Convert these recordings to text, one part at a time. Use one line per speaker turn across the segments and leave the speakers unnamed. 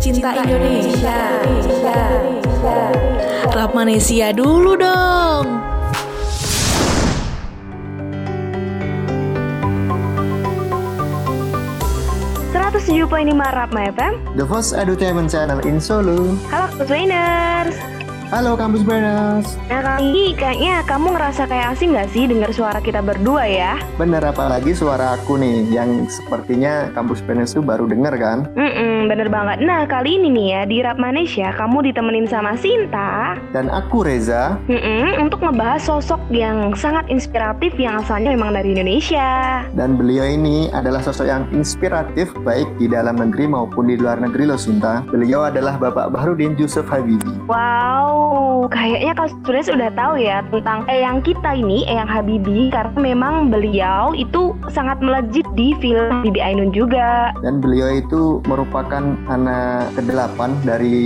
cinta Indonesia. Rapmanesia dulu dong.
Rapma FM,
The First Edutainment Channel in Solo.
Halo Brainers.
Halo Kampus Brainers.
Nah kali ini kayaknya kamu ngerasa kayak asing gak sih dengar suara kita berdua ya?
Bener, apalagi suara aku nih yang sepertinya Kampus Brainers tuh baru denger kan?
Bener banget. Nah kali ini nih ya di Rapmanesia kamu ditemenin sama Sinta
dan aku Reza
untuk ngebahas sosok yang sangat inspiratif yang asalnya memang dari Indonesia.
Dan beliau ini adalah sosok yang inspiratif baik di dalam negeri maupun di luar negeri loh Sinta. Beliau adalah Bapak Bahrudin Yusuf Habibie.
Wow, kayaknya kau sebenarnya sudah tahu ya tentang Eyang kita ini, Eyang Habibie, karena memang beliau itu sangat melejit di film Bibi Ainun juga.
Dan beliau itu merupakan anak ke-8 dari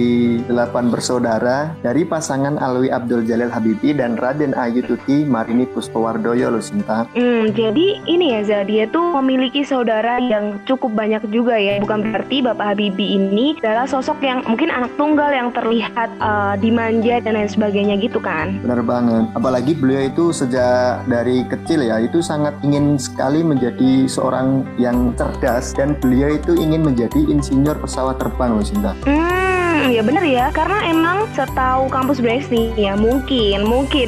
8 bersaudara dari pasangan Alwi Abdul Jalil Habibie dan Raden Ayu Tuti Marini Puspawardoyo loh Sinta.
Jadi ini ya Za, dia tuh memiliki saudara yang cukup banyak juga ya. Bukan berarti Bapak Habibie ini adalah sosok yang mungkin anak tunggal yang terlihat dimanja dan lain sebagainya gitu kan.
Benar banget. Apalagi beliau itu sejak dari kecil ya itu sangat ingin sekali menjadi seorang yang cerdas dan beliau itu ingin menjadi insinyur pesawat terbang loh Sinta.
Ya bener ya, karena emang setahu Kampus Brainers nih ya mungkin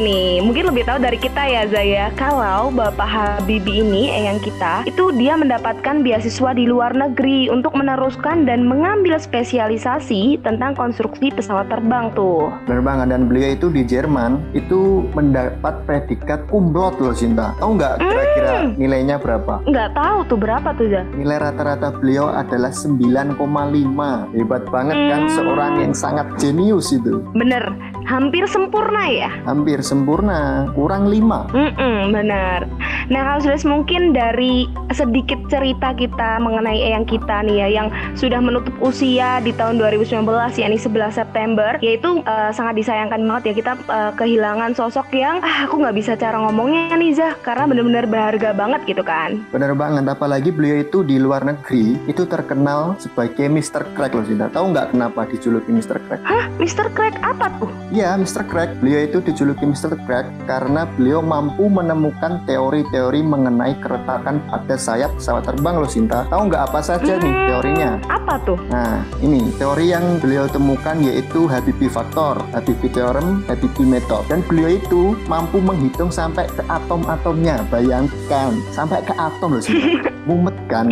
lebih tahu dari kita ya Zaya. Kalau Bapak Habibie ini, Eyang kita, itu dia mendapatkan beasiswa di luar negeri untuk meneruskan dan mengambil spesialisasi tentang konstruksi pesawat terbang tuh.
Bener banget, dan beliau itu di Jerman itu mendapat predikat cum laude loh Sinta. Tahu nggak kira-kira nilainya berapa?
Nggak tahu tuh berapa tuh Zah?
Nilai rata-rata beliau adalah 9,5. Hebat banget kan, seorang yang sangat jenius itu.
Bener, hampir sempurna ya?
Hampir sempurna, kurang 5.
Bener. Nah kalau sudah mungkin dari sedikit cerita kita mengenai Eyang kita nih ya, yang sudah menutup usia di tahun 2019 yakni 11 September, yaitu sangat disayangkan banget ya kita kehilangan sosok yang aku nggak bisa cara ngomongnya nih Zah, karena bener-bener berharga banget gitu kan.
Bener banget, apalagi beliau itu di luar negeri itu terkenal sebagai Mr. Crack loh Sinta. Tahu nggak kenapa dijuluki Mr. Crack?
Hah? Mr. Crack apa tuh?
Ya, Mr. Crack. Beliau itu dijuluki Mr. Crack karena beliau mampu menemukan teori-teori mengenai keretakan pada sayap pesawat terbang loh Sinta. Tahu nggak apa saja nih teorinya?
Apa tuh?
Nah, ini teori yang beliau temukan yaitu Habibie Factor, Habibie Theorem, Habibie Method. Dan beliau itu mampu menghitung sampai ke atom-atomnya. Bayangkan, sampai ke atom loh Sinta. Mumet kan?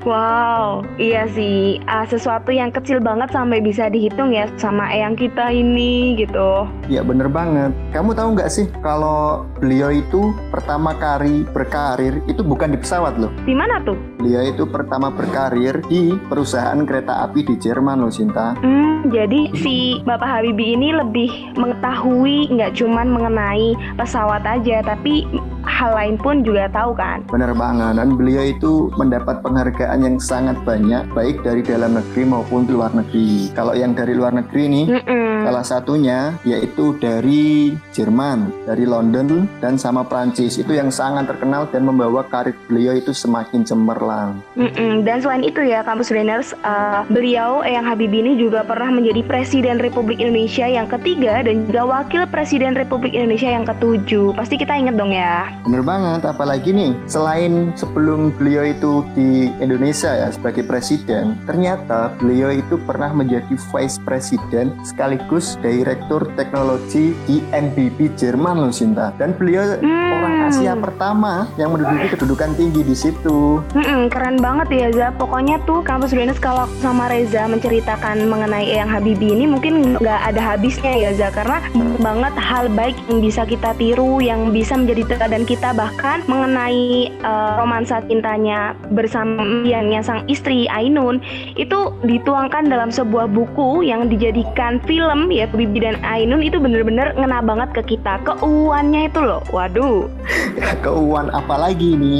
Wow, iya sih, sesuatu yang kecil banget sampai bisa dihitung ya sama Eyang kita ini gitu.
Ya bener banget. Kamu tahu nggak sih kalau beliau itu pertama kali berkarir itu bukan di pesawat loh.
Di mana tuh?
Beliau itu pertama berkarir di perusahaan kereta api di Jerman loh Sinta.
Jadi si Bapak Habibie ini lebih mengetahui nggak cuman mengenai pesawat aja, tapi hal lain pun juga tahu kan?
Bener banget, dan beliau itu mendapat penghargaan yang sangat banyak baik dari dalam negeri maupun luar negeri. Kalau yang dari luar negeri nih, salah satunya yaitu dari Jerman, dari London dan sama Prancis. Itu yang sangat terkenal dan membawa karir beliau itu semakin cemerlang.
Dan selain itu ya Kampus Brainers, beliau Eyang Habibie ini juga pernah menjadi Presiden Republik Indonesia yang ketiga dan juga Wakil Presiden Republik Indonesia yang ke-7. Pasti kita inget dong ya.
Bener banget, apalagi nih selain sebelum beliau itu di Indonesia ya sebagai presiden, ternyata beliau itu pernah menjadi Vice President sekaligus Direktur Teknologi di NBB Jerman loh Sinta. Dan beliau orang Asia pertama yang menduduki kedudukan tinggi di situ.
Keren banget ya Za. Pokoknya tuh Kampus Brainers kalau sama Reza menceritakan mengenai Eyang Habibie ini mungkin nggak ada habisnya ya Za, karena banget hal baik yang bisa kita tiru, yang bisa menjadi teladan kita, bahkan mengenai romansa cintanya bersama yang sang istri Ainun itu dituangkan dalam sebuah buku yang dijadikan film ya, Habibie dan Ainun. Itu bener-bener ngena banget ke kita, keuannya itu loh, waduh.
Keuangan apa lagi nih?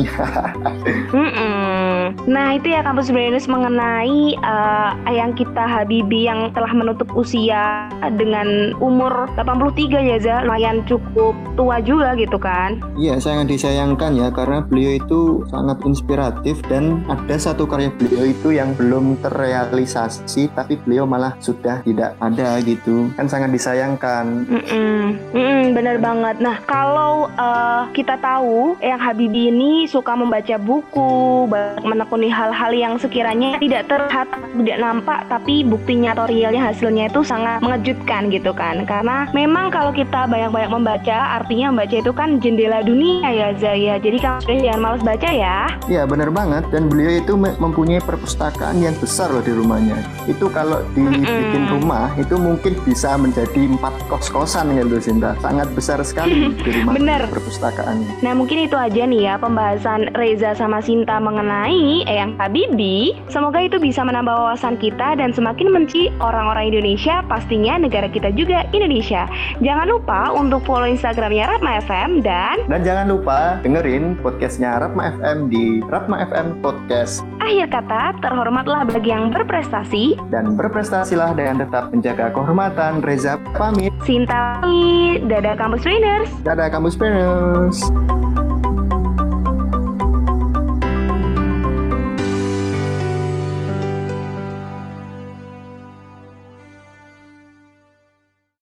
Nah itu ya Kampus Brainers mengenai ayang kita Habibie yang telah menutup usia dengan umur 83 ya Za, lumayan cukup tua juga gitu kan.
Iya, sangat disayangkan ya, karena beliau itu sangat inspiratif dan ada satu karya beliau itu yang belum terrealisasi tapi beliau malah sudah tidak ada gitu, kan sangat disayangkan.
Bener banget. Nah kalau kita tahu Eyang Habibie ini suka membaca buku, menekuni hal-hal yang sekiranya tidak terlihat, tidak nampak, tapi buktinya atau realnya hasilnya itu sangat mengejutkan gitu kan. Karena memang kalau kita banyak-banyak membaca, artinya membaca itu kan jendela dunia ya Zaya. Jadi kamu sudah jangan malas baca ya.
Iya benar banget, dan beliau itu mempunyai perpustakaan yang besar loh di rumahnya. Itu kalau dibikin rumah itu mungkin bisa menjadi 4 kos-kosan gitu Sinta. Sangat besar sekali di rumah.
Bener.
Perpustakaannya.
Nah mungkin itu aja nih ya pembahasan Reza sama Sinta mengenai Eyang Habibie. Semoga itu bisa menambah wawasan kita dan semakin menci orang-orang Indonesia, pastinya negara kita juga Indonesia. Jangan lupa untuk follow Instagramnya Ratma FM dan
jangan lupa dengerin podcastnya Ratma FM di Ratma FM Podcast.
Akhir kata, terhormatlah bagi yang berprestasi
Dan berprestasilah dengan tetap menjaga kehormatan. Reza pamit.
Sinta pamit. Dadah Kampus Brainers.
Dadah Kampus Brainers.